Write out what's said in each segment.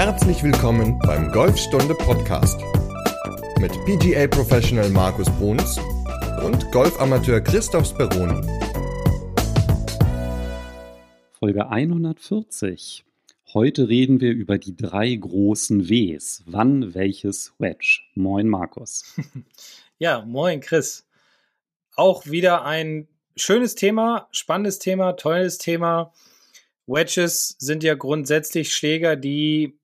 Herzlich willkommen beim Golfstunde Podcast mit PGA Professional Markus Bruns und Golfamateur Christoph Speroni. Folge 140. Heute reden wir über die 3 großen Ws. Wann welches Wedge? Moin Markus. Ja, moin Chris. Auch wieder ein schönes Thema, spannendes Thema, tolles Thema. Wedges sind ja grundsätzlich Schläger, die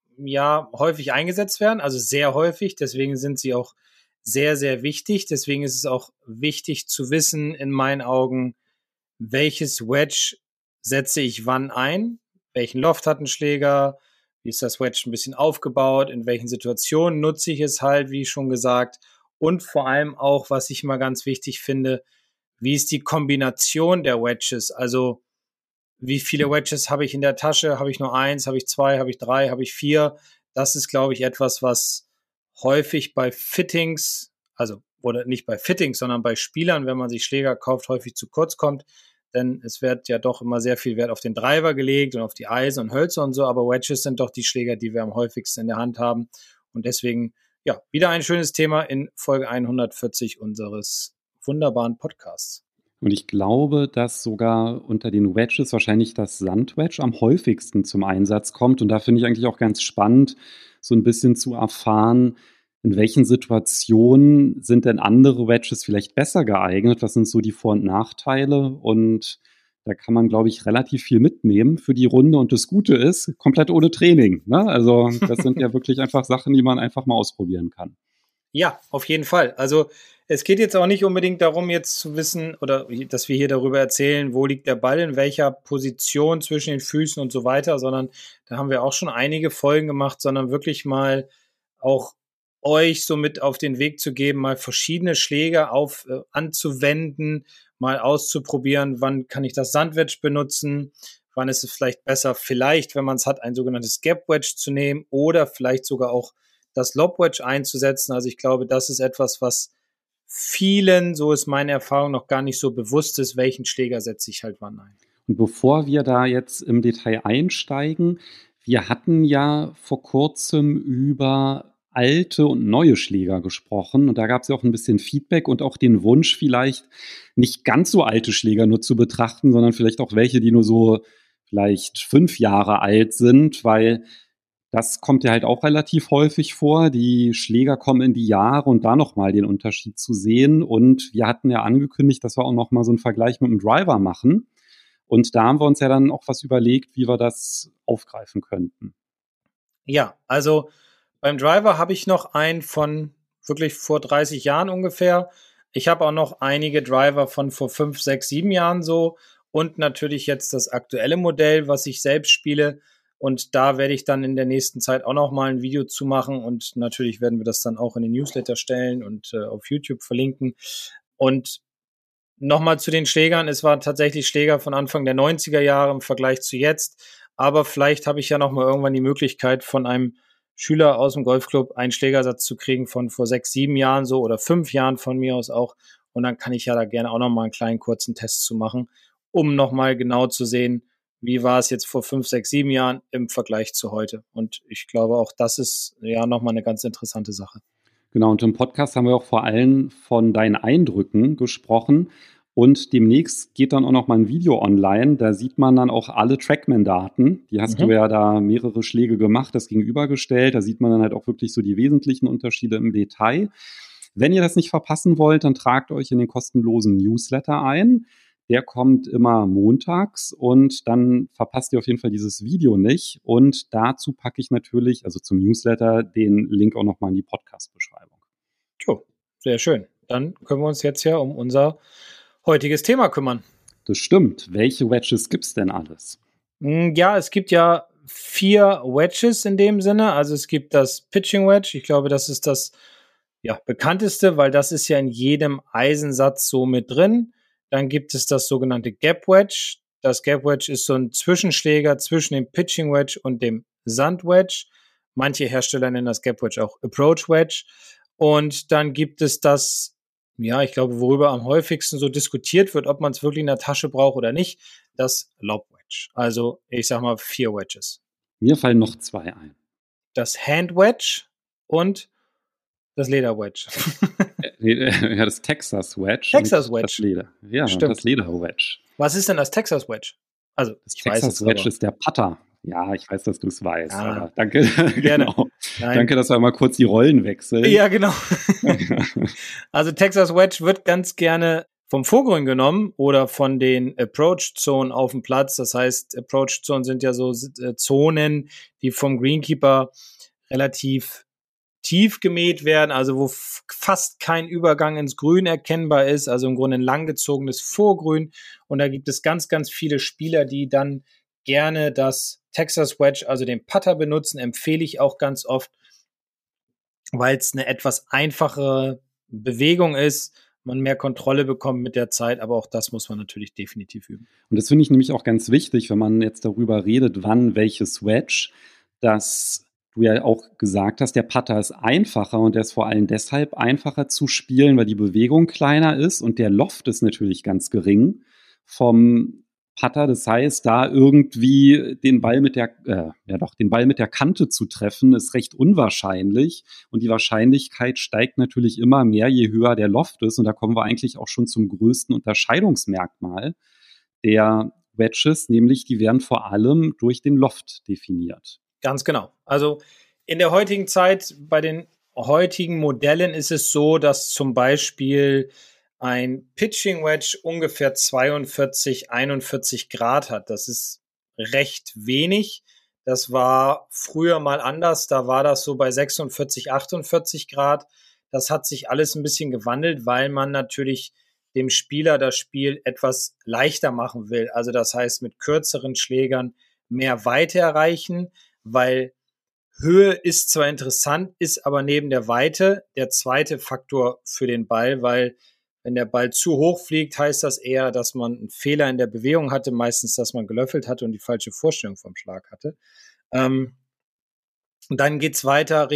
ja häufig eingesetzt werden, also sehr häufig. Deswegen sind sie auch sehr, sehr wichtig. Deswegen ist es auch wichtig zu wissen, in meinen Augen, welches Wedge setze ich wann ein, welchen Loft hat ein Schläger, wie ist das Wedge ein bisschen aufgebaut, in welchen Situationen nutze ich es halt, wie schon gesagt. Und vor allem auch, was ich immer ganz wichtig finde, wie ist die Kombination der Wedges, also wie viele Wedges habe ich in der Tasche? Habe ich nur 1? Habe ich 2? Habe ich 3? Habe ich 4? Das ist, glaube ich, etwas, was häufig bei Fittings, also oder nicht bei Fittings, sondern bei Spielern, wenn man sich Schläger kauft, häufig zu kurz kommt. Denn es wird ja doch immer sehr viel Wert auf den Driver gelegt und auf die Eisen und Hölzer und so. Aber Wedges sind doch die Schläger, die wir am häufigsten in der Hand haben. Und deswegen, ja, wieder ein schönes Thema in Folge 140 unseres wunderbaren Podcasts. Und ich glaube, dass sogar unter den Wedges wahrscheinlich das Sandwedge am häufigsten zum Einsatz kommt. Und da finde ich eigentlich auch ganz spannend, so ein bisschen zu erfahren, in welchen Situationen sind denn andere Wedges vielleicht besser geeignet? Was sind so die Vor- und Nachteile? Und da kann man, glaube ich, relativ viel mitnehmen für die Runde. Und das Gute ist, komplett ohne Training, ne? Also das sind ja wirklich einfach Sachen, die man einfach mal ausprobieren kann. Ja, auf jeden Fall. Also es geht jetzt auch nicht unbedingt darum, jetzt zu wissen oder dass wir hier darüber erzählen, wo liegt der Ball, in welcher Position zwischen den Füßen und so weiter, sondern da haben wir auch schon einige Folgen gemacht, sondern wirklich mal auch euch so mit auf den Weg zu geben, mal verschiedene Schläge anzuwenden, mal auszuprobieren, wann kann ich das Sandwedge benutzen, wann ist es vielleicht besser, vielleicht, wenn man es hat, ein sogenanntes Gap Wedge zu nehmen oder vielleicht sogar auch das Lob Wedge einzusetzen. Also ich glaube, das ist etwas, was vielen, so ist meine Erfahrung, noch gar nicht so bewusst ist, welchen Schläger setze ich halt wann ein. Und bevor wir da jetzt im Detail einsteigen, wir hatten ja vor kurzem über alte und neue Schläger gesprochen und da gab es ja auch ein bisschen Feedback und auch den Wunsch vielleicht nicht ganz so alte Schläger nur zu betrachten, sondern vielleicht auch welche, die nur so vielleicht 5 Jahre alt sind, weil das kommt ja halt auch relativ häufig vor. Die Schläger kommen in die Jahre und da nochmal den Unterschied zu sehen. Und wir hatten ja angekündigt, dass wir auch nochmal so einen Vergleich mit dem Driver machen. Und da haben wir uns ja dann auch was überlegt, wie wir das aufgreifen könnten. Ja, also beim Driver habe ich noch einen von wirklich vor 30 Jahren ungefähr. Ich habe auch noch einige Driver von vor 5, 6, 7 Jahren so. Und natürlich jetzt das aktuelle Modell, was ich selbst spiele. Und da werde ich dann in der nächsten Zeit auch noch mal ein Video zu machen. Und natürlich werden wir das dann auch in den Newsletter stellen und auf YouTube verlinken. Und nochmal zu den Schlägern. Es waren tatsächlich Schläger von Anfang der 90er Jahre im Vergleich zu jetzt. Aber vielleicht habe ich ja noch mal irgendwann die Möglichkeit, von einem Schüler aus dem Golfclub einen Schlägersatz zu kriegen von vor 6, 7 Jahren so oder 5 Jahren von mir aus auch. Und dann kann ich ja da gerne auch noch mal einen kleinen kurzen Test zu machen, um noch mal genau zu sehen, wie war es jetzt vor 5, 6, 7 Jahren im Vergleich zu heute. Und ich glaube, auch das ist ja nochmal eine ganz interessante Sache. Genau, und im Podcast haben wir auch vor allem von deinen Eindrücken gesprochen. Und demnächst geht dann auch noch mal ein Video online. Da sieht man dann auch alle Trackman-Daten. Die hast du ja da mehrere Schläge gemacht, das gegenübergestellt. Da sieht man dann halt auch wirklich so die wesentlichen Unterschiede im Detail. Wenn ihr das nicht verpassen wollt, dann tragt euch in den kostenlosen Newsletter ein. Der kommt immer montags und dann verpasst ihr auf jeden Fall dieses Video nicht. Und dazu packe ich natürlich, also zum Newsletter, den Link auch nochmal in die Podcast-Beschreibung. Jo, sehr schön. Dann können wir uns jetzt ja um unser heutiges Thema kümmern. Das stimmt. Welche Wedges gibt es denn alles? Ja, es gibt ja 4 Wedges in dem Sinne. Also es gibt das Pitching Wedge. Ich glaube, das ist das bekannteste, weil das ist ja in jedem Eisensatz so mit drin. Dann gibt es das sogenannte Gap Wedge. Das Gap Wedge ist so ein Zwischenschläger zwischen dem Pitching Wedge und dem Sand Wedge. Manche Hersteller nennen das Gap Wedge auch Approach Wedge. Und dann gibt es das, ja, ich glaube, worüber am häufigsten so diskutiert wird, ob man es wirklich in der Tasche braucht oder nicht, das Lob Wedge. Also, ich sag mal 4 Wedges. Mir fallen noch 2 ein. das Hand Wedge und das Leder Wedge. Ja, das Texas Wedge. Texas Wedge. Das Leder. Ja, Stimmt. das Leder Wedge. Was ist denn das Texas Wedge? Also, Das ich weiß Texas es, Wedge aber ist der Putter. Ja, ich weiß, dass du es weißt. Ah, Aber danke. gerne. Genau. Nein. Danke, dass wir mal kurz die Rollen wechseln. Ja, genau. Also Texas Wedge wird ganz gerne vom Vorgrün genommen oder von den Approach-Zonen auf dem Platz. Das heißt, Approach-Zonen sind ja so Zonen, die vom Greenkeeper relativ tief gemäht werden, also wo fast kein Übergang ins Grün erkennbar ist, also im Grunde ein langgezogenes Vorgrün. Und da gibt es ganz, ganz viele Spieler, die dann gerne das Texas Wedge, also den Putter benutzen, empfehle ich auch ganz oft, weil es eine etwas einfachere Bewegung ist, man mehr Kontrolle bekommt mit der Zeit, aber auch das muss man natürlich definitiv üben. Und das finde ich nämlich auch ganz wichtig, wenn man jetzt darüber redet, wann welches Wedge, dass du ja auch gesagt hast, der Putter ist einfacher und der ist vor allem deshalb einfacher zu spielen, weil die Bewegung kleiner ist und der Loft ist natürlich ganz gering vom Putter. Das heißt, da irgendwie den Ball mit der Kante zu treffen, ist recht unwahrscheinlich. Und die Wahrscheinlichkeit steigt natürlich immer mehr, je höher der Loft ist. Und da kommen wir eigentlich auch schon zum größten Unterscheidungsmerkmal der Wedges, nämlich die werden vor allem durch den Loft definiert. Ganz genau. Also in der heutigen Zeit, bei den heutigen Modellen ist es so, dass zum Beispiel ein Pitching Wedge ungefähr 42, 41 Grad hat. Das ist recht wenig. Das war früher mal anders. Da war das so bei 46, 48 Grad. Das hat sich alles ein bisschen gewandelt, weil man natürlich dem Spieler das Spiel etwas leichter machen will. Also das heißt, mit kürzeren Schlägern mehr Weite erreichen, weil Höhe ist zwar interessant, ist aber neben der Weite der zweite Faktor für den Ball, weil wenn der Ball zu hoch fliegt, heißt das eher, dass man einen Fehler in der Bewegung hatte, meistens, dass man gelöffelt hatte und die falsche Vorstellung vom Schlag hatte. Und dann geht's weiter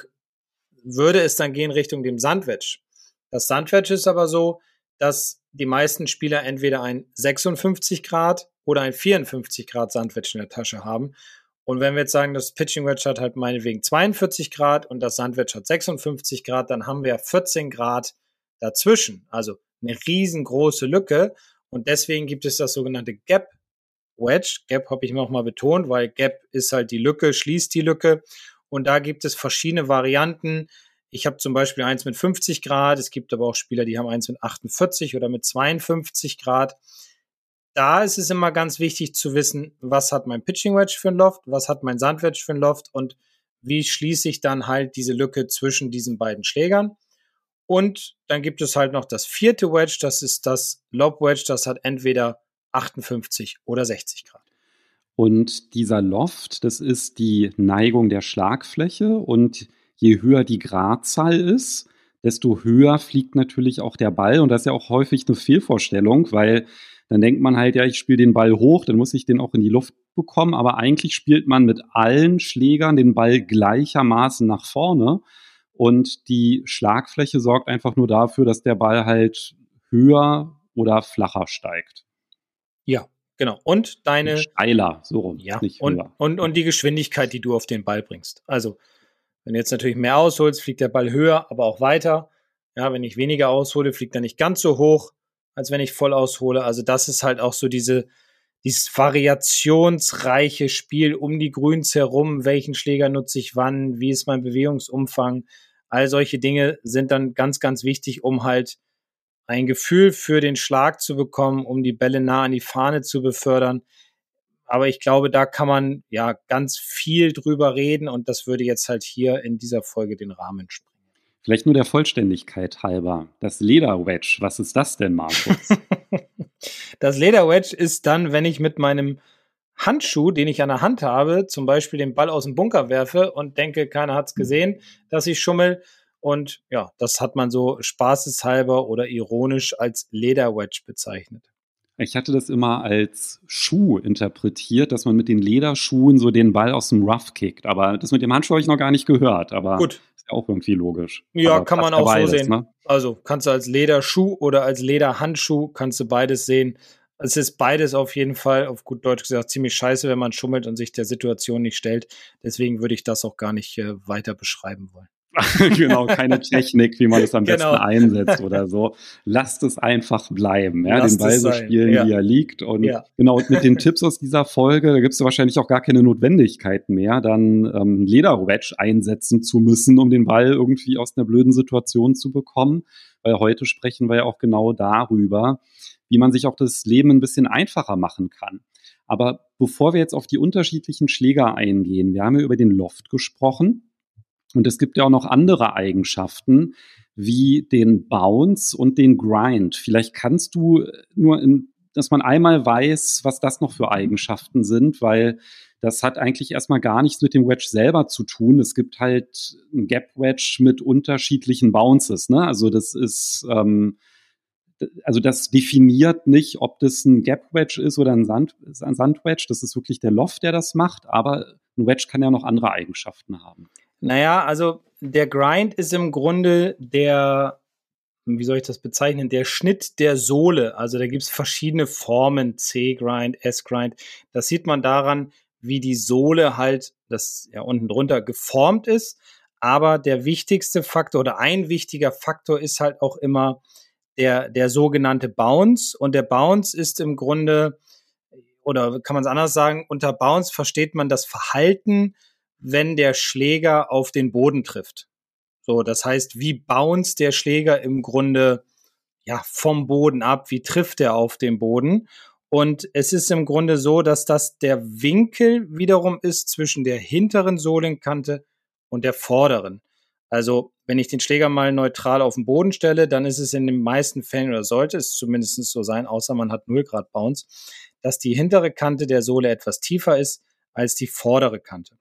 würde es dann gehen Richtung dem Sandwedge. Das Sandwedge ist aber so, dass die meisten Spieler entweder ein 56 Grad oder ein 54 Grad Sandwedge in der Tasche haben. Und wenn wir jetzt sagen, das Pitching Wedge hat halt meinetwegen 42 Grad und das Sandwedge hat 56 Grad, dann haben wir 14 Grad dazwischen. Also eine riesengroße Lücke. Und deswegen gibt es das sogenannte Gap Wedge. Gap habe ich noch mal betont, weil Gap ist halt die Lücke, schließt die Lücke. Und da gibt es verschiedene Varianten. Ich habe zum Beispiel eins mit 50 Grad. Es gibt aber auch Spieler, die haben eins mit 48 oder mit 52 Grad. Da ist es immer ganz wichtig zu wissen, was hat mein Pitching Wedge für ein Loft, was hat mein Sandwedge für ein Loft und wie schließe ich dann halt diese Lücke zwischen diesen beiden Schlägern. Und dann gibt es halt noch das vierte Wedge, das ist das Lob Wedge, das hat entweder 58 oder 60 Grad. Und dieser Loft, das ist die Neigung der Schlagfläche und je höher die Gradzahl ist, desto höher fliegt natürlich auch der Ball und das ist ja auch häufig eine Fehlvorstellung, weil dann denkt man halt, ja, ich spiele den Ball hoch, dann muss ich den auch in die Luft bekommen, aber eigentlich spielt man mit allen Schlägern den Ball gleichermaßen nach vorne. Und die Schlagfläche sorgt einfach nur dafür, dass der Ball halt höher oder flacher steigt. Ja, genau. Und deine steiler, so rum, ja, nicht höher. Und die Geschwindigkeit, die du auf den Ball bringst. Also, wenn du jetzt natürlich mehr ausholst, fliegt der Ball höher, aber auch weiter. Ja, wenn ich weniger aushole, fliegt er nicht ganz so hoch, als wenn ich voll aushole. Also, das ist halt auch so dieses variationsreiche Spiel um die Grüns herum. Welchen Schläger nutze ich wann? Wie ist mein Bewegungsumfang? All solche Dinge sind dann ganz, ganz wichtig, um halt ein Gefühl für den Schlag zu bekommen, um die Bälle nah an die Fahne zu befördern. Aber ich glaube, da kann man ja ganz viel drüber reden und das würde jetzt halt hier in dieser Folge den Rahmen sprengen. Vielleicht nur der Vollständigkeit halber. Das Leder-Wedge, was ist das denn, Markus? Das Leder-Wedge ist dann, wenn ich mit meinem Handschuh, den ich an der Hand habe, zum Beispiel den Ball aus dem Bunker werfe und denke, keiner hat's gesehen, dass ich schummel. Und ja, das hat man so spaßeshalber oder ironisch als Leder-Wedge bezeichnet. Ich hatte das immer als Schuh interpretiert, dass man mit den Lederschuhen so den Ball aus dem Rough kickt. Aber das mit dem Handschuh habe ich noch gar nicht gehört. Aber gut, ist ja auch irgendwie logisch. Ja, aber kann man auch beides, so sehen. Ne? Also kannst du als Lederschuh oder als Lederhandschuh, kannst du beides sehen. Es ist beides auf jeden Fall, auf gut Deutsch gesagt, ziemlich scheiße, wenn man schummelt und sich der Situation nicht stellt. Deswegen würde ich das auch gar nicht weiter beschreiben wollen. Genau, keine Technik, wie man es am besten Genau. einsetzt oder so. Lasst es einfach bleiben, ja, Lasst den Ball es so sein, spielen, ja. wie er liegt. Und Ja. genau, mit den Tipps aus dieser Folge, da gibt es wahrscheinlich auch gar keine Notwendigkeit mehr, dann einen Leder-Wedge einsetzen zu müssen, um den Ball irgendwie aus einer blöden Situation zu bekommen. Weil heute sprechen wir ja auch genau darüber, wie man sich auch das Leben ein bisschen einfacher machen kann. Aber bevor wir jetzt auf die unterschiedlichen Schläger eingehen, wir haben ja über den Loft gesprochen. Und es gibt ja auch noch andere Eigenschaften, wie den Bounce und den Grind. Vielleicht kannst du dass man einmal weiß, was das noch für Eigenschaften sind, weil das hat eigentlich erstmal gar nichts mit dem Wedge selber zu tun. Es gibt halt ein Gap Wedge mit unterschiedlichen Bounces, ne? Also das ist, also das definiert nicht, ob das ein Gap Wedge ist oder ein Sand-Wedge. Das ist wirklich der Loft, der das macht. Aber ein Wedge kann ja noch andere Eigenschaften haben. Naja, also der Grind ist im Grunde der, wie soll ich das bezeichnen, der Schnitt der Sohle. Also da gibt es verschiedene Formen, C-Grind, S-Grind. Das sieht man daran, wie die Sohle halt, das ja unten drunter geformt ist. Aber der wichtigste Faktor oder ein wichtiger Faktor ist halt auch immer der sogenannte Bounce. Und der Bounce ist im Grunde, oder kann man es anders sagen, unter Bounce versteht man das Verhalten, wenn der Schläger auf den Boden trifft. So, das heißt, wie bounce der Schläger im Grunde ja vom Boden ab, wie trifft er auf den Boden? Und es ist im Grunde so, dass das der Winkel wiederum ist zwischen der hinteren Sohlenkante und der vorderen. Also, wenn ich den Schläger mal neutral auf den Boden stelle, dann ist es in den meisten Fällen, oder sollte es zumindest so sein, außer man hat 0 Grad Bounce, dass die hintere Kante der Sohle etwas tiefer ist als die vordere Kante.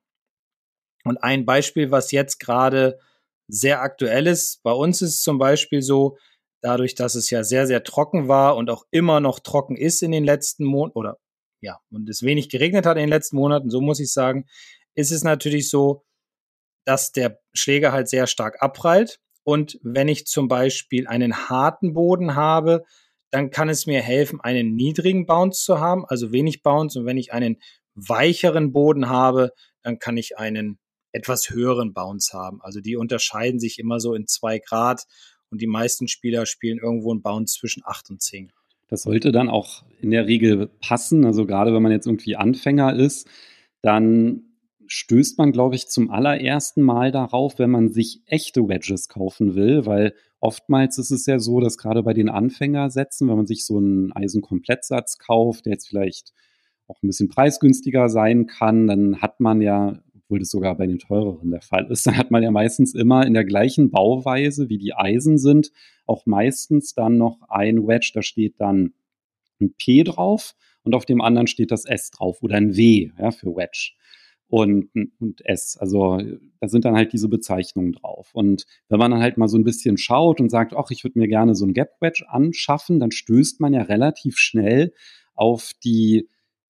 Und ein Beispiel, was jetzt gerade sehr aktuell ist, bei uns ist es zum Beispiel so, dadurch, dass es ja sehr, sehr trocken war und auch immer noch trocken ist in den letzten Monaten, oder ja, und es wenig geregnet hat in den letzten Monaten, so muss ich sagen, ist es natürlich so, dass der Schläger halt sehr stark abprallt. Und wenn ich zum Beispiel einen harten Boden habe, dann kann es mir helfen, einen niedrigen Bounce zu haben, also wenig Bounce. Und wenn ich einen weicheren Boden habe, dann kann ich einen etwas höheren Bounce haben. Also die unterscheiden sich immer so in 2 Grad und die meisten Spieler spielen irgendwo einen Bounce zwischen 8 und 10 Grad. Das sollte dann auch in der Regel passen. Also gerade wenn man jetzt irgendwie Anfänger ist, dann stößt man, glaube ich, zum allerersten Mal darauf, wenn man sich echte Wedges kaufen will, weil oftmals ist es ja so, dass gerade bei den Anfängersätzen, wenn man sich so einen Eisenkomplettsatz kauft, der jetzt vielleicht auch ein bisschen preisgünstiger sein kann, dann hat man ja, obwohl das sogar bei den teureren der Fall ist, dann hat man ja meistens immer in der gleichen Bauweise, wie die Eisen sind, auch meistens dann noch ein Wedge, da steht dann ein P drauf und auf dem anderen steht das S drauf oder ein W, ja, für Wedge. Und S, also da sind dann halt diese Bezeichnungen drauf. Und wenn man dann halt mal so ein bisschen schaut und sagt, ach, ich würde mir gerne so ein Gap Wedge anschaffen, dann stößt man ja relativ schnell auf die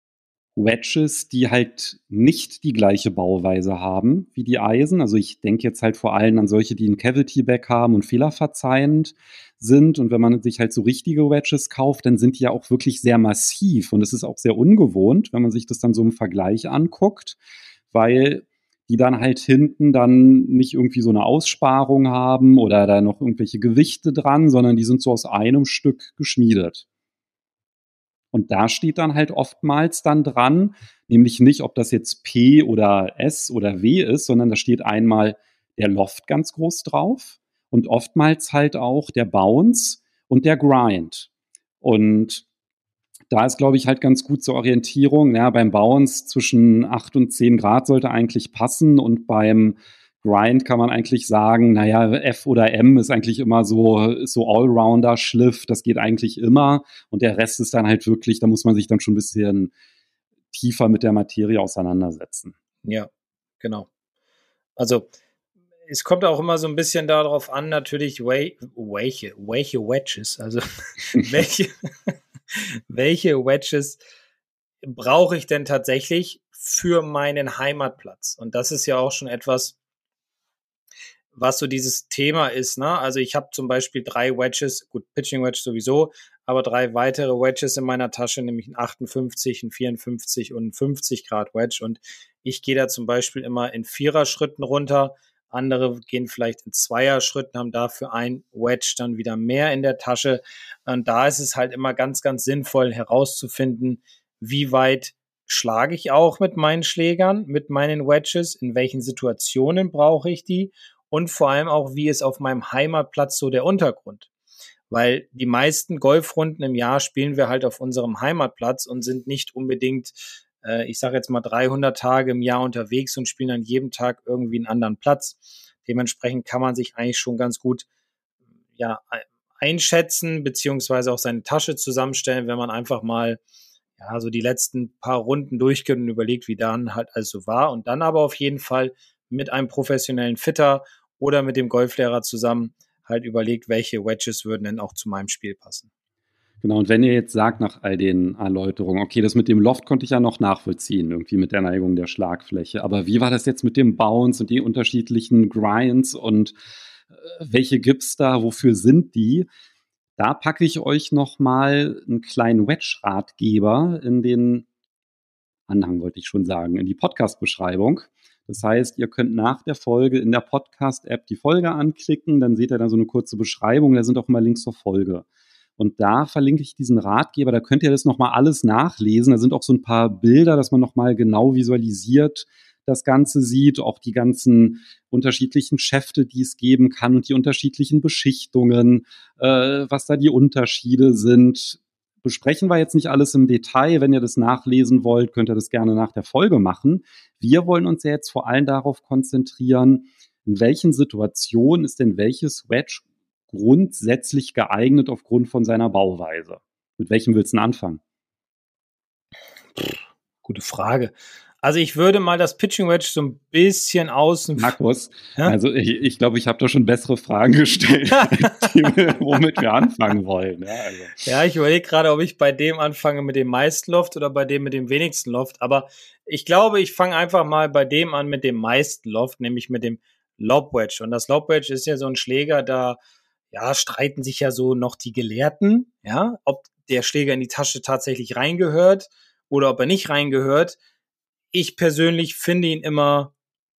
Wedges, die halt nicht die gleiche Bauweise haben wie die Eisen. Also ich denke jetzt halt vor allem an solche, die ein Cavity-Back haben und fehlerverzeihend sind. Und wenn man sich halt so richtige Wedges kauft, dann sind die ja auch wirklich sehr massiv. Und es ist auch sehr ungewohnt, wenn man sich das dann so im Vergleich anguckt, weil die dann halt hinten dann nicht irgendwie so eine Aussparung haben oder da noch irgendwelche Gewichte dran, sondern die sind so aus einem Stück geschmiedet. Und da steht dann halt oftmals dann dran, nämlich nicht, ob das jetzt P oder S oder W ist, sondern da steht einmal der Loft ganz groß drauf und oftmals halt auch der Bounce und der Grind. Und da ist, glaube ich, halt ganz gut zur Orientierung. Ja, beim Bounce zwischen 8 und 10 Grad sollte eigentlich passen und beim Grind kann man eigentlich sagen, naja, F oder M ist eigentlich immer so Allrounder-Schliff, das geht eigentlich immer. Und der Rest ist dann halt wirklich, da muss man sich dann schon ein bisschen tiefer mit der Materie auseinandersetzen. Ja, genau. Also es kommt auch immer so ein bisschen darauf an, natürlich, welche Wedges, also welche Wedges brauche ich denn tatsächlich für meinen Heimatplatz? Und das ist ja auch schon etwas, was so dieses Thema ist, ne? Also ich habe zum Beispiel 3 Wedges, gut, Pitching Wedge sowieso, aber 3 weitere Wedges in meiner Tasche, nämlich ein 58, ein 54 und ein 50 Grad Wedge. Und ich gehe da zum Beispiel immer in 4er-Schritten runter. Andere gehen vielleicht in 2er-Schritten, haben dafür ein Wedge dann wieder mehr in der Tasche. Und da ist es halt immer ganz, ganz sinnvoll herauszufinden, wie weit schlage ich auch mit meinen Schlägern, mit meinen Wedges, in welchen Situationen brauche ich die und vor allem auch, wie ist auf meinem Heimatplatz so der Untergrund. Weil die meisten Golfrunden im Jahr spielen wir halt auf unserem Heimatplatz und sind nicht unbedingt, ich sage jetzt mal 300 Tage im Jahr unterwegs und spielen an jedem Tag irgendwie einen anderen Platz. Dementsprechend kann man sich eigentlich schon ganz gut ja, einschätzen beziehungsweise auch seine Tasche zusammenstellen, wenn man einfach mal ja, so die letzten paar Runden durchgeht und überlegt, wie dann halt also war. Und dann aber auf jeden Fall mit einem professionellen Fitter oder mit dem Golflehrer zusammen halt überlegt, welche Wedges würden denn auch zu meinem Spiel passen. Genau, und wenn ihr jetzt sagt nach all den Erläuterungen, okay, das mit dem Loft konnte ich ja noch nachvollziehen, irgendwie mit der Neigung der Schlagfläche, aber wie war das jetzt mit dem Bounce und die unterschiedlichen Grinds und welche gibt's da, wofür sind die? Da packe ich euch nochmal einen kleinen Wedge-Ratgeber in den Anhang, wollte ich schon sagen, in die Podcast-Beschreibung. Das heißt, ihr könnt nach der Folge in der Podcast-App die Folge anklicken, dann seht ihr da so eine kurze Beschreibung, da sind auch immer Links zur Folge. Und da verlinke ich diesen Ratgeber, da könnt ihr das nochmal alles nachlesen. Da sind auch so ein paar Bilder, dass man nochmal genau visualisiert das Ganze sieht, auch die ganzen unterschiedlichen Schäfte, die es geben kann und die unterschiedlichen Beschichtungen, was da die Unterschiede sind. Besprechen wir jetzt nicht alles im Detail. Wenn ihr das nachlesen wollt, könnt ihr das gerne nach der Folge machen. Wir wollen uns ja jetzt vor allem darauf konzentrieren, in welchen Situationen ist denn welches Wedge grundsätzlich geeignet aufgrund von seiner Bauweise. Mit welchem willst du denn anfangen? Gute Frage. Also ich würde mal das Pitching Wedge so ein bisschen außen... Markus, also ich glaube, ich habe da schon bessere Fragen gestellt, womit wir anfangen wollen. Ja, also. Ja, ich überlege gerade, ob ich bei dem anfange mit dem meisten Loft oder bei dem mit dem wenigsten Loft. Aber ich glaube, ich fange einfach mal bei dem an mit dem meisten Loft, nämlich mit dem Lob Wedge. Und das Lob Wedge ist ja so ein Schläger, da ja, streiten sich ja so noch die Gelehrten, ja, ob der Schläger in die Tasche tatsächlich reingehört oder ob er nicht reingehört. Ich persönlich finde ihn immer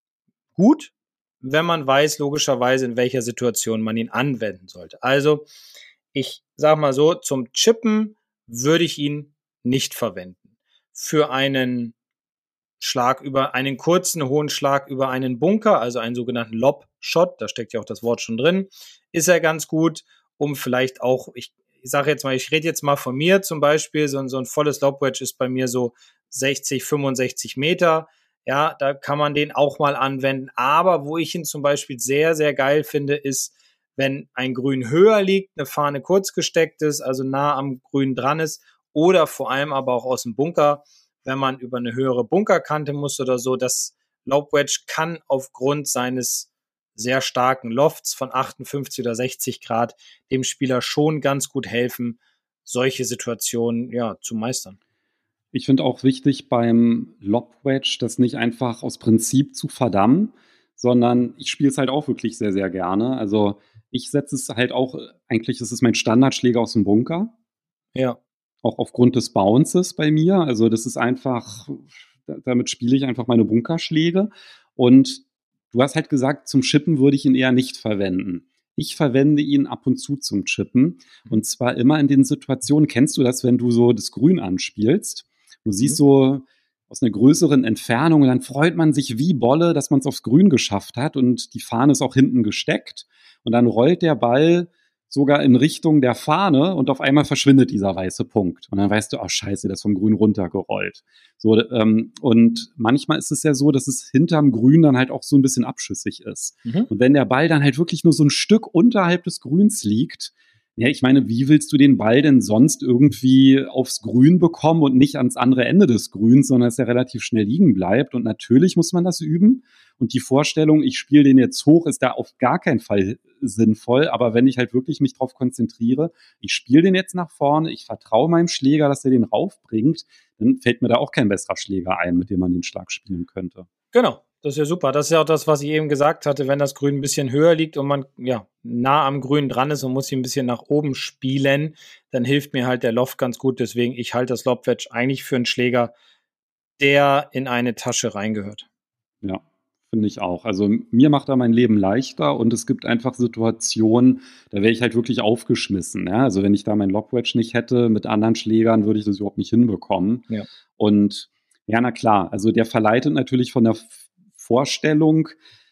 gut, wenn man weiß, logischerweise, in welcher Situation man ihn anwenden sollte. Also, ich sag mal so, zum Chippen würde ich ihn nicht verwenden. Für einen Schlag über einen kurzen, hohen Schlag über einen Bunker, also einen sogenannten Lob-Shot, da steckt ja auch das Wort schon drin, ist er ganz gut, um vielleicht auch, ich sage jetzt mal, ich rede jetzt mal von mir zum Beispiel, so ein volles Lob-Wedge ist bei mir so 60, 65 Meter, ja, da kann man den auch mal anwenden, aber wo ich ihn zum Beispiel sehr, sehr geil finde, ist, wenn ein Grün höher liegt, eine Fahne kurz gesteckt ist, also nah am Grün dran ist, oder vor allem aber auch aus dem Bunker, wenn man über eine höhere Bunkerkante muss oder so. Das Lob Wedge kann aufgrund seines sehr starken Lofts von 58 oder 60 Grad dem Spieler schon ganz gut helfen, solche Situationen ja zu meistern. Ich finde auch wichtig beim Lob Wedge, das nicht einfach aus Prinzip zu verdammen, sondern ich spiele es halt auch wirklich sehr, sehr gerne. Also ich setze es halt auch, eigentlich ist es mein Standardschläger aus dem Bunker. Ja. Auch aufgrund des Bounces bei mir. Also das ist einfach, damit spiele ich einfach meine Bunkerschläge. Und du hast halt gesagt, zum Chippen würde ich ihn eher nicht verwenden. Ich verwende ihn ab und zu zum Chippen. Und zwar immer in den Situationen, kennst du das, wenn du so das Grün anspielst? Du siehst so aus einer größeren Entfernung und dann freut man sich wie Bolle, dass man es aufs Grün geschafft hat und die Fahne ist auch hinten gesteckt. Und dann rollt der Ball sogar in Richtung der Fahne und auf einmal verschwindet dieser weiße Punkt. Und dann weißt du, oh scheiße, der ist vom Grün runtergerollt. So, und manchmal ist es ja so, dass es hinterm Grün dann halt auch so ein bisschen abschüssig ist. Und wenn der Ball dann halt wirklich nur so ein Stück unterhalb des Grüns liegt, ja, ich meine, wie willst du den Ball denn sonst irgendwie aufs Grün bekommen und nicht ans andere Ende des Grüns, sondern dass er relativ schnell liegen bleibt? Und natürlich muss man das üben. Und die Vorstellung, ich spiele den jetzt hoch, ist da auf gar keinen Fall sinnvoll. Aber wenn ich halt wirklich mich darauf konzentriere, ich spiele den jetzt nach vorne, ich vertraue meinem Schläger, dass er den raufbringt, dann fällt mir da auch kein besserer Schläger ein, mit dem man den Schlag spielen könnte. Genau. das ist ja super. Das ist ja auch das, was ich eben gesagt hatte, wenn das Grün ein bisschen höher liegt und man nah am Grün dran ist und muss ihn ein bisschen nach oben spielen, dann hilft mir halt der Loft ganz gut. Deswegen, ich halte das Lob-Wedge eigentlich für einen Schläger, der in eine Tasche reingehört. Ja, finde ich auch. Also mir macht da mein Leben leichter und es gibt einfach Situationen, da wäre ich halt wirklich aufgeschmissen. Ja? Also wenn ich da mein Lob-Wedge nicht hätte, mit anderen Schlägern würde ich das überhaupt nicht hinbekommen. Ja. Und ja, na klar, also der verleitet natürlich von der Vorstellung,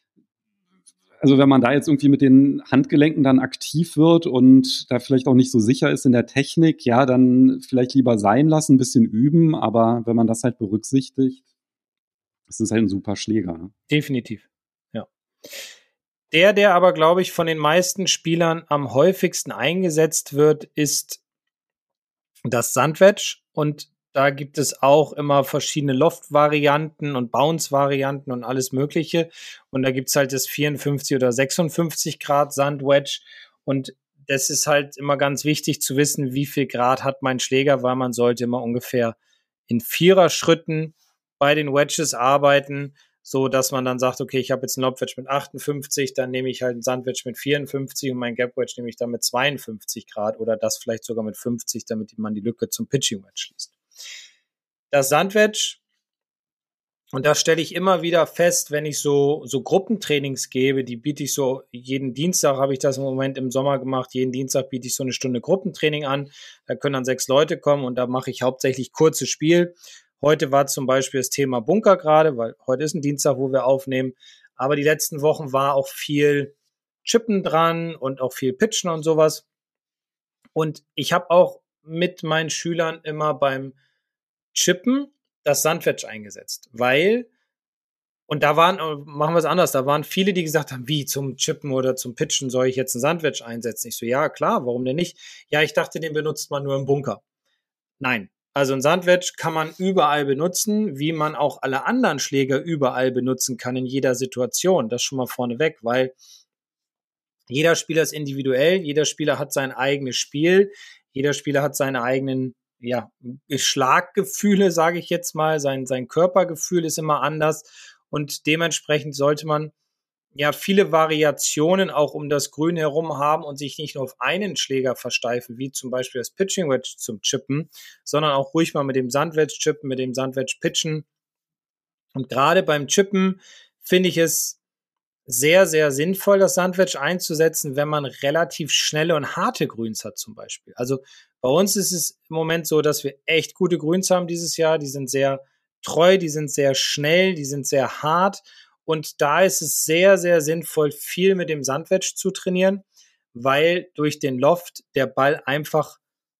also wenn man da jetzt irgendwie mit den Handgelenken dann aktiv wird und da vielleicht auch nicht so sicher ist in der Technik, ja, dann vielleicht lieber sein lassen, ein bisschen üben, aber wenn man das halt berücksichtigt, ist es halt ein super Schläger. Ne? Definitiv, ja. Der aber, glaube ich, von den meisten Spielern am häufigsten eingesetzt wird, ist das Sandwedge. Und da gibt es auch immer verschiedene Loft-Varianten und Bounce-Varianten und alles Mögliche. Und da gibt es halt das 54 oder 56 Grad Sandwedge. Und das ist halt immer ganz wichtig zu wissen, wie viel Grad hat mein Schläger, weil man sollte immer ungefähr in 4er-Schritten bei den Wedges arbeiten, so dass man dann sagt, okay, ich habe jetzt einen Lob-Wedge mit 58, dann nehme ich halt einen Sandwedge mit 54 und mein Gap-Wedge nehme ich dann mit 52 Grad oder das vielleicht sogar mit 50, damit man die Lücke zum Pitching-Wedge schließt. Das Sandwedge, und das stelle ich immer wieder fest, wenn ich so Gruppentrainings gebe, die biete ich so, jeden Dienstag habe ich das im Moment im Sommer gemacht, jeden Dienstag biete ich so eine Stunde Gruppentraining an, da können dann 6 Leute kommen und da mache ich hauptsächlich kurzes Spiel. Heute war zum Beispiel das Thema Bunker gerade, weil heute ist ein Dienstag, wo wir aufnehmen, aber die letzten Wochen war auch viel Chippen dran und auch viel Pitchen und sowas. Und ich habe auch mit meinen Schülern immer beim Chippen das Sandwedge eingesetzt, weil, und da waren, machen wir es anders, da waren viele, die gesagt haben, wie zum Chippen oder zum Pitchen soll ich jetzt ein Sandwedge einsetzen? Ich so, ja, klar, warum denn nicht? Ja, ich dachte, den benutzt man nur im Bunker. Nein, also ein Sandwedge kann man überall benutzen, wie man auch alle anderen Schläger überall benutzen kann, in jeder Situation. Das schon mal vorneweg, weil jeder Spieler ist individuell, jeder Spieler hat sein eigenes Spiel, jeder Spieler hat seine eigenen Schlaggefühle, sage ich jetzt mal, sein Körpergefühl ist immer anders und dementsprechend sollte man viele Variationen auch um das Grün herum haben und sich nicht nur auf einen Schläger versteifen, wie zum Beispiel das Pitching Wedge zum Chippen, sondern auch ruhig mal mit dem Sandwedge chippen, mit dem Sandwedge pitchen. Und gerade beim Chippen finde ich es sehr, sehr sinnvoll, das Sandwedge einzusetzen, wenn man relativ schnelle und harte Grüns hat zum Beispiel. Also bei uns ist es im Moment so, dass wir echt gute Grüns haben dieses Jahr. Die sind sehr treu, die sind sehr schnell, die sind sehr hart. Und da ist es sehr, sehr sinnvoll, viel mit dem Sandwedge zu trainieren, weil durch den Loft der Ball einfach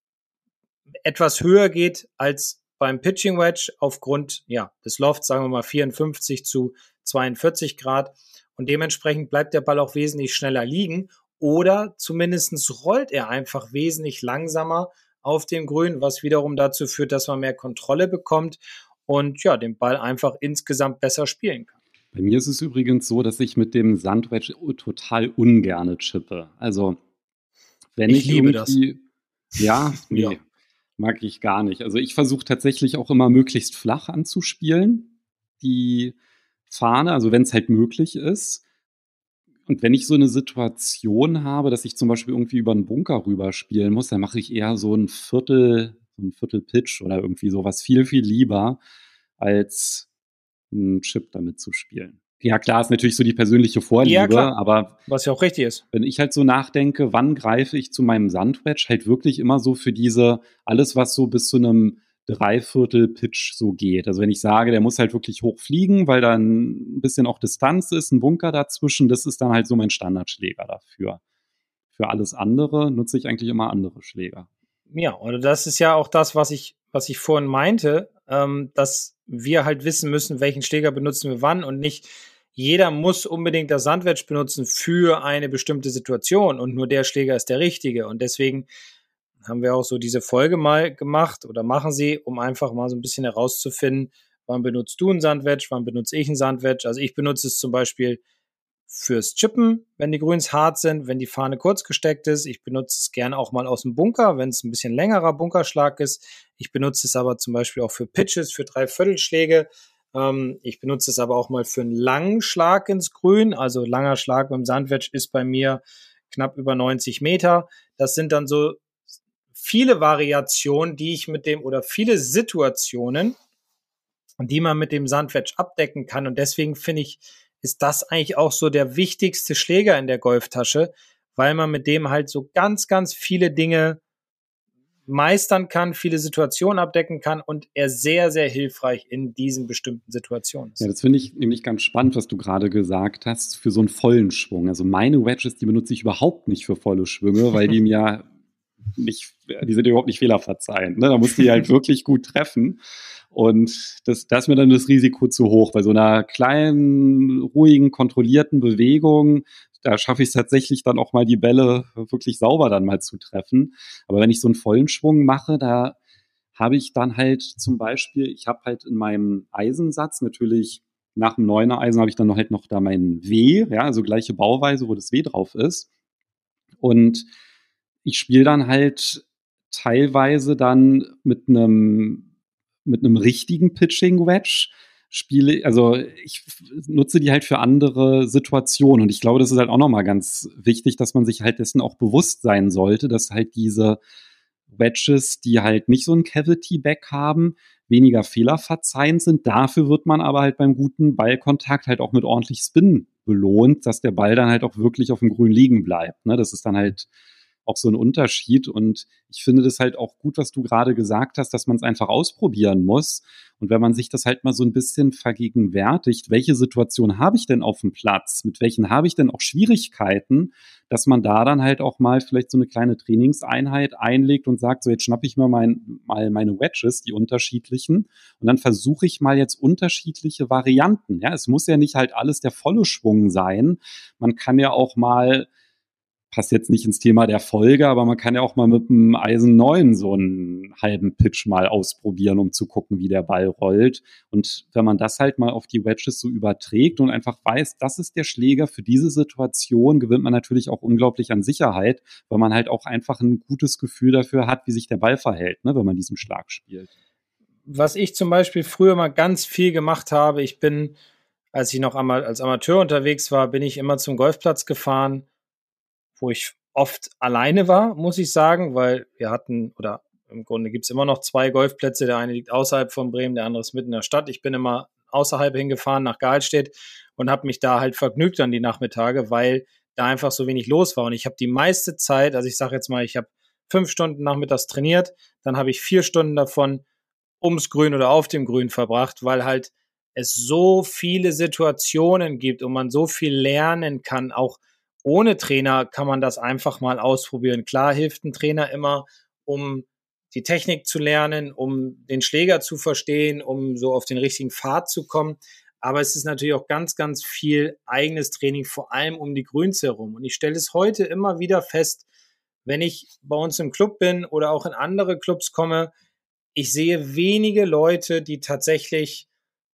etwas höher geht als beim Pitching Wedge aufgrund des Lofts, sagen wir mal 54 zu 42 Grad. Und dementsprechend bleibt der Ball auch wesentlich schneller liegen oder zumindest rollt er einfach wesentlich langsamer auf dem Grün, was wiederum dazu führt, dass man mehr Kontrolle bekommt und den Ball einfach insgesamt besser spielen kann. Bei mir ist es übrigens so, dass ich mit dem Sandwedge total ungerne chippe. Also wenn ich liebe das. Ja, nee, Ja. mag ich gar nicht. Also ich versuche tatsächlich auch immer möglichst flach anzuspielen, die Fahne, also wenn es halt möglich ist. Und wenn ich so eine Situation habe, dass ich zum Beispiel irgendwie über einen Bunker rüberspielen muss, dann mache ich eher so ein Viertel Pitch oder irgendwie sowas viel, viel lieber, als einen Chip damit zu spielen. Ja, klar, ist natürlich so die persönliche Vorliebe, Ja, klar. aber Was ja auch richtig ist. wenn ich halt so nachdenke, wann greife ich zu meinem Sandwedge, halt wirklich immer so für alles, was so bis zu einem Dreiviertel-Pitch so geht. Also wenn ich sage, der muss halt wirklich hoch fliegen, weil da ein bisschen auch Distanz ist, ein Bunker dazwischen, das ist dann halt so mein Standardschläger dafür. Für alles andere nutze ich eigentlich immer andere Schläger. Ja, und das ist ja auch das, was ich vorhin meinte, dass wir halt wissen müssen, welchen Schläger benutzen wir wann und nicht jeder muss unbedingt das Sandwedge benutzen für eine bestimmte Situation und nur der Schläger ist der richtige. Und deswegen haben wir auch so diese Folge mal gemacht oder machen sie, um einfach mal so ein bisschen herauszufinden, wann benutzt du ein Sandwedge, wann benutze ich ein Sandwedge. Also ich benutze es zum Beispiel fürs Chippen, wenn die Grüns hart sind, wenn die Fahne kurz gesteckt ist. Ich benutze es gerne auch mal aus dem Bunker, wenn es ein bisschen längerer Bunkerschlag ist. Ich benutze es aber zum Beispiel auch für Pitches, für Dreiviertelschläge. Ich benutze es aber auch mal für einen langen Schlag ins Grün. Also langer Schlag beim Sandwedge ist bei mir knapp über 90 Meter. Das sind dann so viele Variationen, die ich oder viele Situationen, die man mit dem Sandwedge abdecken kann. Und deswegen finde ich, ist das eigentlich auch so der wichtigste Schläger in der Golftasche, weil man mit dem halt so ganz, ganz viele Dinge meistern kann, viele Situationen abdecken kann und er sehr, sehr hilfreich in diesen bestimmten Situationen ist. Ja, das finde ich nämlich ganz spannend, was du gerade gesagt hast, für so einen vollen Schwung. Also meine Wedges, die benutze ich überhaupt nicht für volle Schwünge, weil die mir die sind überhaupt nicht fehlerverzeihend. Ne? Da muss die halt wirklich gut treffen. Und da ist mir dann das Risiko zu hoch. Bei so einer kleinen, ruhigen, kontrollierten Bewegung, da schaffe ich es tatsächlich dann auch mal, die Bälle wirklich sauber dann mal zu treffen. Aber wenn ich so einen vollen Schwung mache, da habe ich dann halt zum Beispiel, ich habe halt in meinem Eisensatz natürlich nach dem 9er Eisen habe ich dann noch da mein W, ja, also gleiche Bauweise, wo das W drauf ist. Und ich spiele dann halt teilweise dann mit einem richtigen Pitching Wedge also ich nutze die halt für andere Situationen und ich glaube, das ist halt auch nochmal ganz wichtig, dass man sich halt dessen auch bewusst sein sollte, dass halt diese Wedges, die halt nicht so ein Cavity-Back haben, weniger fehlerverzeihend sind. Dafür wird man aber halt beim guten Ballkontakt halt auch mit ordentlich Spin belohnt, dass der Ball dann halt auch wirklich auf dem Grün liegen bleibt. Ne? Das ist dann halt auch so ein Unterschied. Und ich finde das halt auch gut, was du gerade gesagt hast, dass man es einfach ausprobieren muss. Und wenn man sich das halt mal so ein bisschen vergegenwärtigt, welche Situation habe ich denn auf dem Platz? Mit welchen habe ich denn auch Schwierigkeiten? Dass man da dann halt auch mal vielleicht so eine kleine Trainingseinheit einlegt und sagt, so jetzt schnappe ich mir mal meine Wedges, die unterschiedlichen, und dann versuche ich mal jetzt unterschiedliche Varianten. Ja, es muss ja nicht halt alles der volle Schwung sein. Man kann ja auch mal, passt jetzt nicht ins Thema der Folge, aber man kann ja auch mal mit dem Eisen 9 so einen halben Pitch mal ausprobieren, um zu gucken, wie der Ball rollt. Und wenn man das halt mal auf die Wedges so überträgt und einfach weiß, das ist der Schläger für diese Situation, gewinnt man natürlich auch unglaublich an Sicherheit, weil man halt auch einfach ein gutes Gefühl dafür hat, wie sich der Ball verhält, ne, wenn man diesen Schlag spielt. Was ich zum Beispiel früher mal ganz viel gemacht habe, als ich noch als Amateur unterwegs war, bin ich immer zum Golfplatz gefahren, wo ich oft alleine war, muss ich sagen, weil wir hatten, oder im Grunde gibt es immer noch 2 Golfplätze. Der eine liegt außerhalb von Bremen, der andere ist mitten in der Stadt. Ich bin immer außerhalb hingefahren nach Galstedt und habe mich da halt vergnügt an die Nachmittage, weil da einfach so wenig los war. Und ich habe die meiste Zeit, also ich sage jetzt mal, ich habe 5 Stunden nachmittags trainiert, dann habe ich 4 Stunden davon ums Grün oder auf dem Grün verbracht, weil halt es so viele Situationen gibt und man so viel lernen kann. Auch ohne Trainer kann man das einfach mal ausprobieren. Klar hilft ein Trainer immer, um die Technik zu lernen, um den Schläger zu verstehen, um so auf den richtigen Pfad zu kommen. Aber es ist natürlich auch ganz, ganz viel eigenes Training, vor allem um die Grüns herum. Und ich stelle es heute immer wieder fest, wenn ich bei uns im Club bin oder auch in andere Clubs komme, ich sehe wenige Leute, die tatsächlich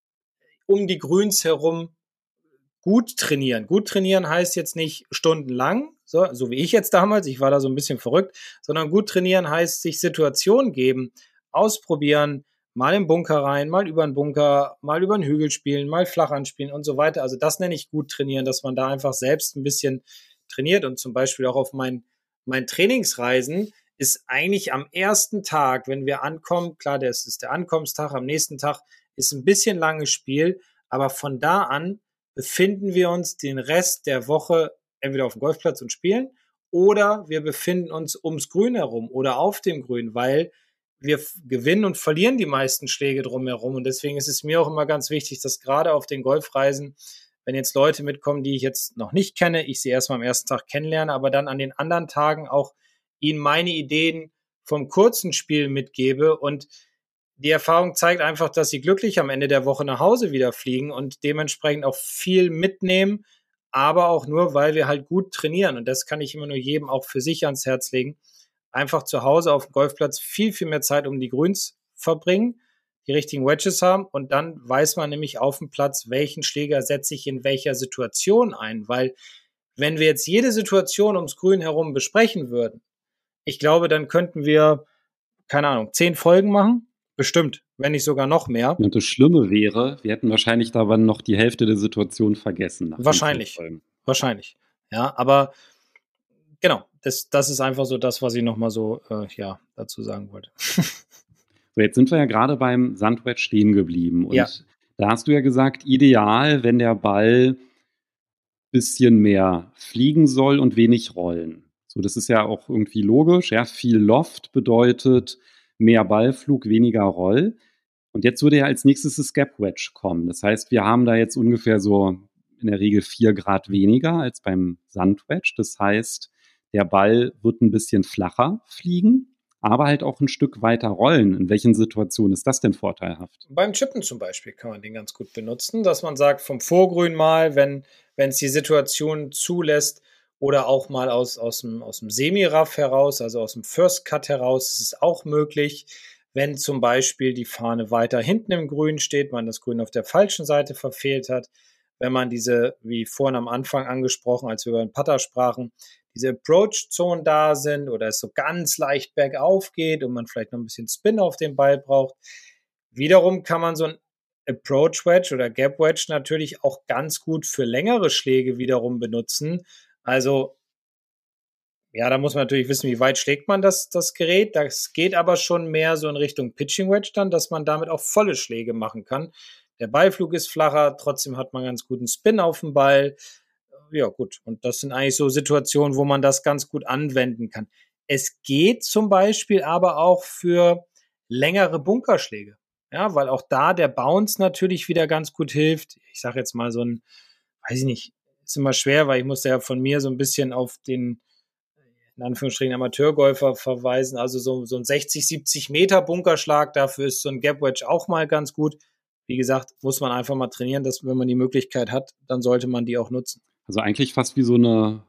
um die Grüns herum gut trainieren. Gut trainieren heißt jetzt nicht stundenlang, so wie ich jetzt damals, ich war da so ein bisschen verrückt, sondern gut trainieren heißt sich Situationen geben, ausprobieren, mal im Bunker rein, mal über den Bunker, mal über den Hügel spielen, mal flach anspielen und so weiter. Also das nenne ich gut trainieren, dass man da einfach selbst ein bisschen trainiert und zum Beispiel auch auf meinen Trainingsreisen ist eigentlich am ersten Tag, wenn wir ankommen, klar, das ist der Ankommenstag, am nächsten Tag ist ein bisschen langes Spiel, aber von da an befinden wir uns den Rest der Woche entweder auf dem Golfplatz und spielen oder wir befinden uns ums Grün herum oder auf dem Grün, weil wir gewinnen und verlieren die meisten Schläge drumherum. Und deswegen ist es mir auch immer ganz wichtig, dass gerade auf den Golfreisen, wenn jetzt Leute mitkommen, die ich jetzt noch nicht kenne, ich sie erstmal am ersten Tag kennenlerne, aber dann an den anderen Tagen auch ihnen meine Ideen vom kurzen Spiel mitgebe. Und die Erfahrung zeigt einfach, dass sie glücklich am Ende der Woche nach Hause wieder fliegen und dementsprechend auch viel mitnehmen, aber auch nur, weil wir halt gut trainieren. Und das kann ich immer nur jedem auch für sich ans Herz legen. Einfach zu Hause auf dem Golfplatz viel, viel mehr Zeit um die Grüns verbringen, die richtigen Wedges haben und dann weiß man nämlich auf dem Platz, welchen Schläger setze ich in welcher Situation ein. Weil wenn wir jetzt jede Situation ums Grün herum besprechen würden, ich glaube, dann könnten wir, keine Ahnung, 10 Folgen machen, Bestimmt, wenn nicht sogar noch mehr. Und das Schlimme wäre, wir hätten wahrscheinlich da noch die Hälfte der Situation vergessen. Wahrscheinlich. Ja, aber genau, das ist einfach so das, was ich nochmal so dazu sagen wollte. So, jetzt sind wir ja gerade beim Sandwedge stehen geblieben. Und da hast du ja gesagt, ideal, wenn der Ball bisschen mehr fliegen soll und wenig rollen. So, das ist ja auch irgendwie logisch. Ja, viel Loft bedeutet mehr Ballflug, weniger Roll. Und jetzt würde ja als nächstes das Gap Wedge kommen. Das heißt, wir haben da jetzt ungefähr so in der Regel 4 Grad weniger als beim Sandwedge. Das heißt, der Ball wird ein bisschen flacher fliegen, aber halt auch ein Stück weiter rollen. In welchen Situationen ist das denn vorteilhaft? Beim Chippen zum Beispiel kann man den ganz gut benutzen, dass man sagt, vom Vorgrün mal, wenn es die Situation zulässt, oder auch mal aus dem Semi-Raff heraus, also aus dem First Cut heraus, ist es auch möglich. Wenn zum Beispiel die Fahne weiter hinten im Grün steht, man das Grün auf der falschen Seite verfehlt hat, wenn man diese, wie vorhin am Anfang angesprochen, als wir über den Putter sprachen, diese Approach-Zonen da sind oder es so ganz leicht bergauf geht und man vielleicht noch ein bisschen Spin auf den Ball braucht. Wiederum kann man so ein Approach-Wedge oder Gap-Wedge natürlich auch ganz gut für längere Schläge wiederum benutzen. Also, ja, da muss man natürlich wissen, wie weit schlägt man das Gerät. Das geht aber schon mehr so in Richtung Pitching Wedge dann, dass man damit auch volle Schläge machen kann. Der Ballflug ist flacher, trotzdem hat man ganz guten Spin auf dem Ball. Ja, gut. Und das sind eigentlich so Situationen, wo man das ganz gut anwenden kann. Es geht zum Beispiel aber auch für längere Bunkerschläge. Ja, weil auch da der Bounce natürlich wieder ganz gut hilft. Ich sage jetzt mal so ein, weiß ich nicht, ist immer schwer, weil ich musste ja von mir so ein bisschen auf den, in Anführungsstrichen, Amateurgolfer verweisen. Also so ein 60, 70 Meter Bunkerschlag, dafür ist so ein Gap Wedge auch mal ganz gut. Wie gesagt, muss man einfach mal trainieren, dass wenn man die Möglichkeit hat, dann sollte man die auch nutzen. Also eigentlich fast wie so eine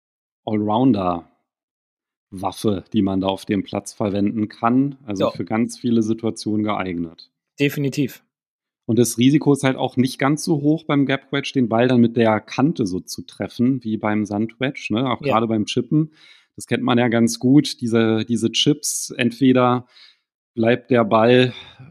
Allrounder-Waffe, die man da auf dem Platz verwenden kann. Also für ganz viele Situationen geeignet. Definitiv. Und das Risiko ist halt auch nicht ganz so hoch beim Gap Wedge, den Ball dann mit der Kante so zu treffen, wie beim Sand Wedge, ne? Auch gerade beim Chippen. Das kennt man ja ganz gut, diese Chips. Entweder bleibt der Ball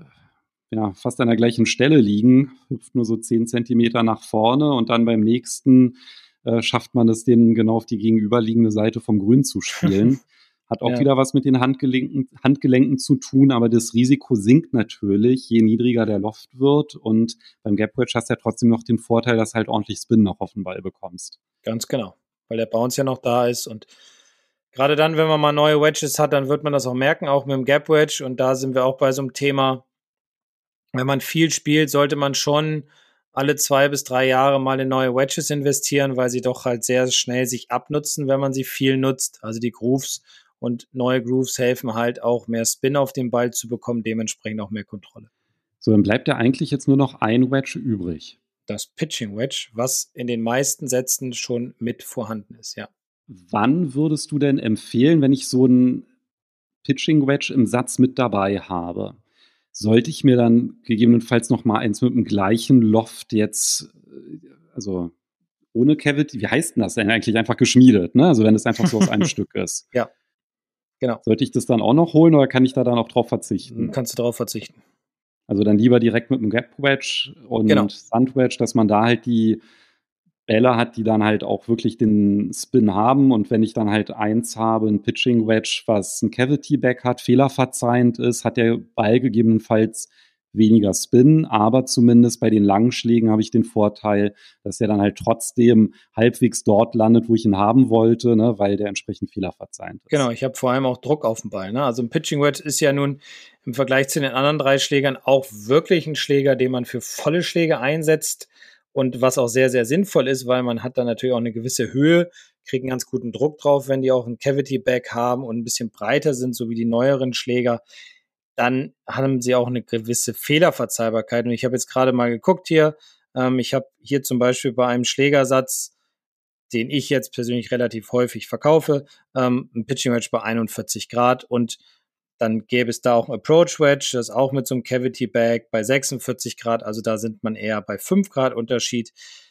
fast an der gleichen Stelle liegen, hüpft nur so 10 Zentimeter nach vorne und dann beim nächsten schafft man es, den genau auf die gegenüberliegende Seite vom Grün zu spielen. Hat auch wieder was mit den Handgelenken zu tun, aber das Risiko sinkt natürlich, je niedriger der Loft wird. Und beim Gap Wedge hast du ja trotzdem noch den Vorteil, dass du halt ordentlich Spin noch auf den Ball bekommst. Ganz genau, weil der Bounce ja noch da ist. Und gerade dann, wenn man mal neue Wedges hat, dann wird man das auch merken, auch mit dem Gap Wedge. Und da sind wir auch bei so einem Thema, wenn man viel spielt, sollte man schon alle 2 bis 3 Jahre mal in neue Wedges investieren, weil sie doch halt sehr schnell sich abnutzen, wenn man sie viel nutzt. Also die Grooves und neue Grooves helfen halt auch, mehr Spin auf den Ball zu bekommen, dementsprechend auch mehr Kontrolle. So, dann bleibt ja eigentlich jetzt nur noch ein Wedge übrig. Das Pitching Wedge, was in den meisten Sätzen schon mit vorhanden ist, ja. Wann würdest du denn empfehlen, wenn ich so ein Pitching Wedge im Satz mit dabei habe? Sollte ich mir dann gegebenenfalls noch mal eins mit dem gleichen Loft jetzt, also ohne Cavity, wie heißt denn das denn eigentlich? Einfach geschmiedet, ne? Also wenn es einfach so aus einem Stück ist. Ja, genau. Sollte ich das dann auch noch holen oder kann ich da dann auch drauf verzichten? Kannst du drauf verzichten. Also dann lieber direkt mit dem Gap Wedge und Sand Wedge, dass man da halt die Bälle hat, die dann halt auch wirklich den Spin haben. Und wenn ich dann halt eins habe, ein Pitching Wedge, was ein Cavity Back hat, fehlerverzeihend ist, hat der Ball gegebenenfalls weniger Spin, aber zumindest bei den langen Schlägen habe ich den Vorteil, dass er dann halt trotzdem halbwegs dort landet, wo ich ihn haben wollte, ne, weil der entsprechend fehlerverzeihend ist. Genau, ich habe vor allem auch Druck auf dem Ball. Ne? Also ein Pitching Wedge ist ja nun im Vergleich zu den anderen 3 Schlägern auch wirklich ein Schläger, den man für volle Schläge einsetzt und was auch sehr, sehr sinnvoll ist, weil man hat dann natürlich auch eine gewisse Höhe, kriegt einen ganz guten Druck drauf, wenn die auch ein Cavity Back haben und ein bisschen breiter sind, so wie die neueren Schläger. Dann haben sie auch eine gewisse Fehlerverzeihbarkeit. Und ich habe jetzt gerade mal geguckt hier. Ich habe hier zum Beispiel bei einem Schlägersatz, den ich jetzt persönlich relativ häufig verkaufe, ein Pitching Wedge bei 41 Grad. Und dann gäbe es da auch ein Approach Wedge, das auch mit so einem Cavity Bag bei 46 Grad. Also da sind man eher bei 5 Grad Unterschied.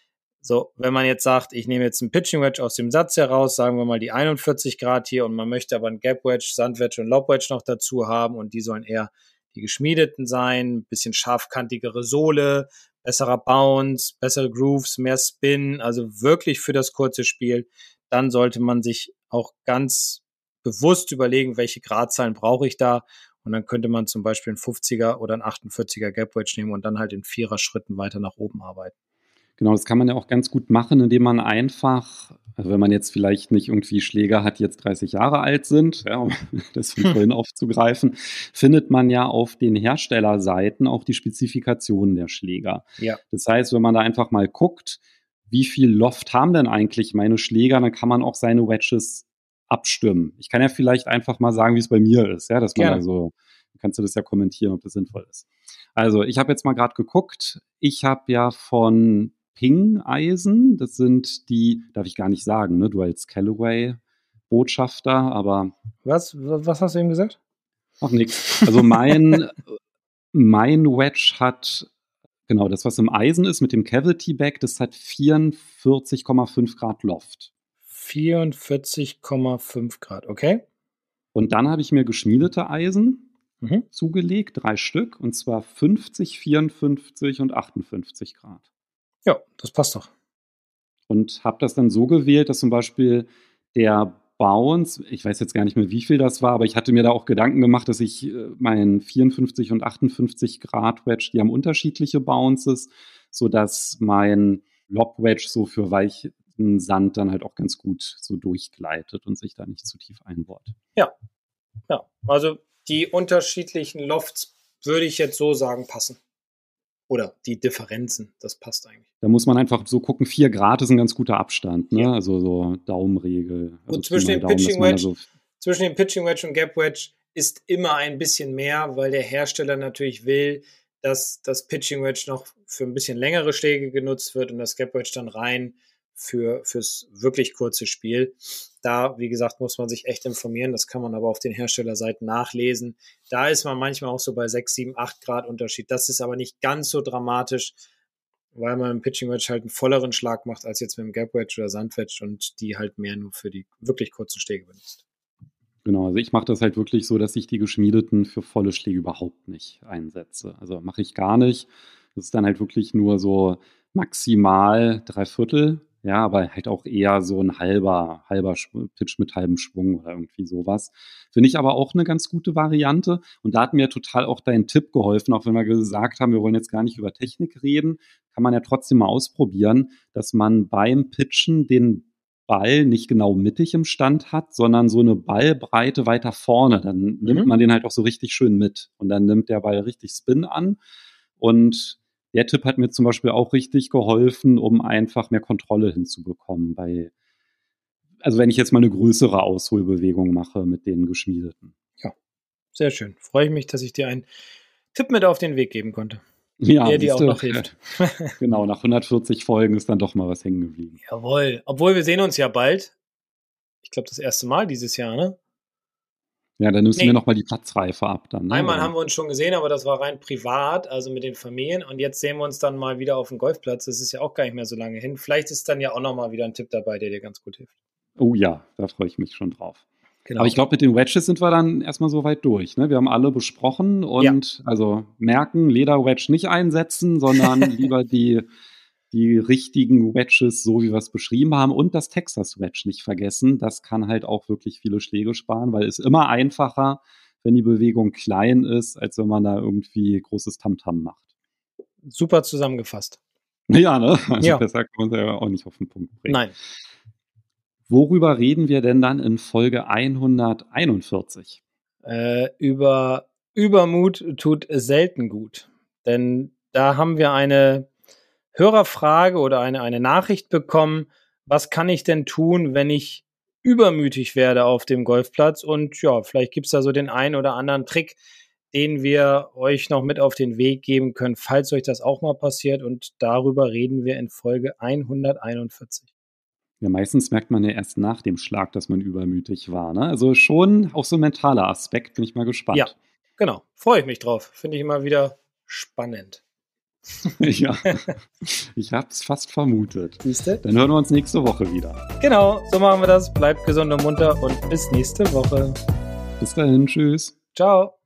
So, wenn man jetzt sagt, ich nehme jetzt einen Pitching Wedge aus dem Satz heraus, sagen wir mal die 41 Grad hier und man möchte aber ein Gap Wedge, Sand Wedge und Lob Wedge noch dazu haben und die sollen eher die geschmiedeten sein, ein bisschen scharfkantigere Sohle, besserer Bounce, bessere Grooves, mehr Spin, also wirklich für das kurze Spiel. Dann sollte man sich auch ganz bewusst überlegen, welche Gradzahlen brauche ich da. Und dann könnte man zum Beispiel einen 50er oder einen 48er Gap Wedge nehmen und dann halt in 4er Schritten weiter nach oben arbeiten. Genau, das kann man ja auch ganz gut machen, indem man einfach, also wenn man jetzt vielleicht nicht irgendwie Schläger hat, die jetzt 30 Jahre alt sind, ja, um das von vorhin aufzugreifen, findet man ja auf den Herstellerseiten auch die Spezifikationen der Schläger. Ja. Das heißt, wenn man da einfach mal guckt, wie viel Loft haben denn eigentlich meine Schläger, dann kann man auch seine Wedges abstimmen. Ich kann ja vielleicht einfach mal sagen, wie es bei mir ist, ja, dass man also, kannst du das ja kommentieren, ob das sinnvoll ist. Also, ich habe jetzt mal gerade geguckt, ich habe ja von Ping-Eisen, das sind die, darf ich gar nicht sagen, ne, du als Callaway-Botschafter, aber... Was hast du eben gesagt? Ach, nix. Also mein Wedge hat, genau, das, was im Eisen ist, mit dem Cavity-Back, das hat 44,5 Grad Loft. 44,5 Grad, okay. Und dann habe ich mir geschmiedete Eisen zugelegt, 3 Stück, und zwar 50, 54 und 58 Grad. Ja, das passt doch. Und habe das dann so gewählt, dass zum Beispiel der Bounce, ich weiß jetzt gar nicht mehr, wie viel das war, aber ich hatte mir da auch Gedanken gemacht, dass ich meinen 54 und 58 Grad Wedge, die haben unterschiedliche Bounces, sodass mein Lob Wedge so für weichen Sand dann halt auch ganz gut so durchgleitet und sich da nicht zu tief einbohrt. Ja, also die unterschiedlichen Lofts würde ich jetzt so sagen passen. Oder die Differenzen, das passt eigentlich. Da muss man einfach so gucken, 4 Grad ist ein ganz guter Abstand, ne? Ja. Also so Daumenregel. Also und zwischen dem Pitching Wedge und Gap Wedge ist immer ein bisschen mehr, weil der Hersteller natürlich will, dass das Pitching Wedge noch für ein bisschen längere Schläge genutzt wird und das Gap Wedge dann rein fürs wirklich kurze Spiel. Da, wie gesagt, muss man sich echt informieren. Das kann man aber auf den Herstellerseiten nachlesen. Da ist man manchmal auch so bei 6, 7, 8 Grad Unterschied. Das ist aber nicht ganz so dramatisch, weil man im Pitching Wedge halt einen volleren Schlag macht als jetzt mit dem Gap Wedge oder Sand Wedge und die halt mehr nur für die wirklich kurzen Schläge benutzt. Genau, also ich mache das halt wirklich so, dass ich die geschmiedeten für volle Schläge überhaupt nicht einsetze. Also mache ich gar nicht. Das ist dann halt wirklich nur so maximal 3/4. Ja, aber halt auch eher so ein halber Pitch mit halbem Schwung oder irgendwie sowas. Finde ich aber auch eine ganz gute Variante. Und da hat mir total auch dein Tipp geholfen, auch wenn wir gesagt haben, wir wollen jetzt gar nicht über Technik reden, kann man ja trotzdem mal ausprobieren, dass man beim Pitchen den Ball nicht genau mittig im Stand hat, sondern so eine Ballbreite weiter vorne. Dann nimmt man den halt auch so richtig schön mit. Und dann nimmt der Ball richtig Spin an. Und der Tipp hat mir zum Beispiel auch richtig geholfen, um einfach mehr Kontrolle hinzubekommen. Also wenn ich jetzt mal eine größere Ausholbewegung mache mit den geschmiedeten. Ja, sehr schön. Freue ich mich, dass ich dir einen Tipp mit auf den Weg geben konnte. Ja, der dir auch noch hilft. Genau, nach 140 Folgen ist dann doch mal was hängen geblieben. Jawohl. Obwohl, wir sehen uns ja bald. Ich glaube, das erste Mal dieses Jahr, ne? Ja, dann müssen wir nochmal die Platzreife ab dann. Ne? Einmal haben wir uns schon gesehen, aber das war rein privat, also mit den Familien. Und jetzt sehen wir uns dann mal wieder auf dem Golfplatz. Das ist ja auch gar nicht mehr so lange hin. Vielleicht ist dann ja auch nochmal wieder ein Tipp dabei, der dir ganz gut hilft. Oh ja, da freue ich mich schon drauf. Genau. Aber ich glaube, mit den Wedges sind wir dann erstmal so weit durch. Ne? Wir haben alle besprochen und also merken, Leder-Wedge nicht einsetzen, sondern lieber die richtigen Wedges, so wie wir es beschrieben haben, und das Texas-Wedge nicht vergessen. Das kann halt auch wirklich viele Schläge sparen, weil es immer einfacher, wenn die Bewegung klein ist, als wenn man da irgendwie großes Tamtam macht. Super zusammengefasst. Ja, ne? Also besser kann man es ja auch nicht auf den Punkt bringen. Nein. Worüber reden wir denn dann in Folge 141? Über Übermut tut selten gut. Denn da haben wir eine Hörerfrage oder eine Nachricht bekommen, was kann ich denn tun, wenn ich übermütig werde auf dem Golfplatz? Und ja, vielleicht gibt es da so den einen oder anderen Trick, den wir euch noch mit auf den Weg geben können, falls euch das auch mal passiert. Und darüber reden wir in Folge 141. Ja, meistens merkt man ja erst nach dem Schlag, dass man übermütig war. Ne? Also schon auch so ein mentaler Aspekt, bin ich mal gespannt. Ja, genau. Freue ich mich drauf. Finde ich immer wieder spannend. Ja, ich habe es fast vermutet. Siehste? Dann hören wir uns nächste Woche wieder. Genau, so machen wir das. Bleibt gesund und munter und bis nächste Woche. Bis dahin, tschüss. Ciao.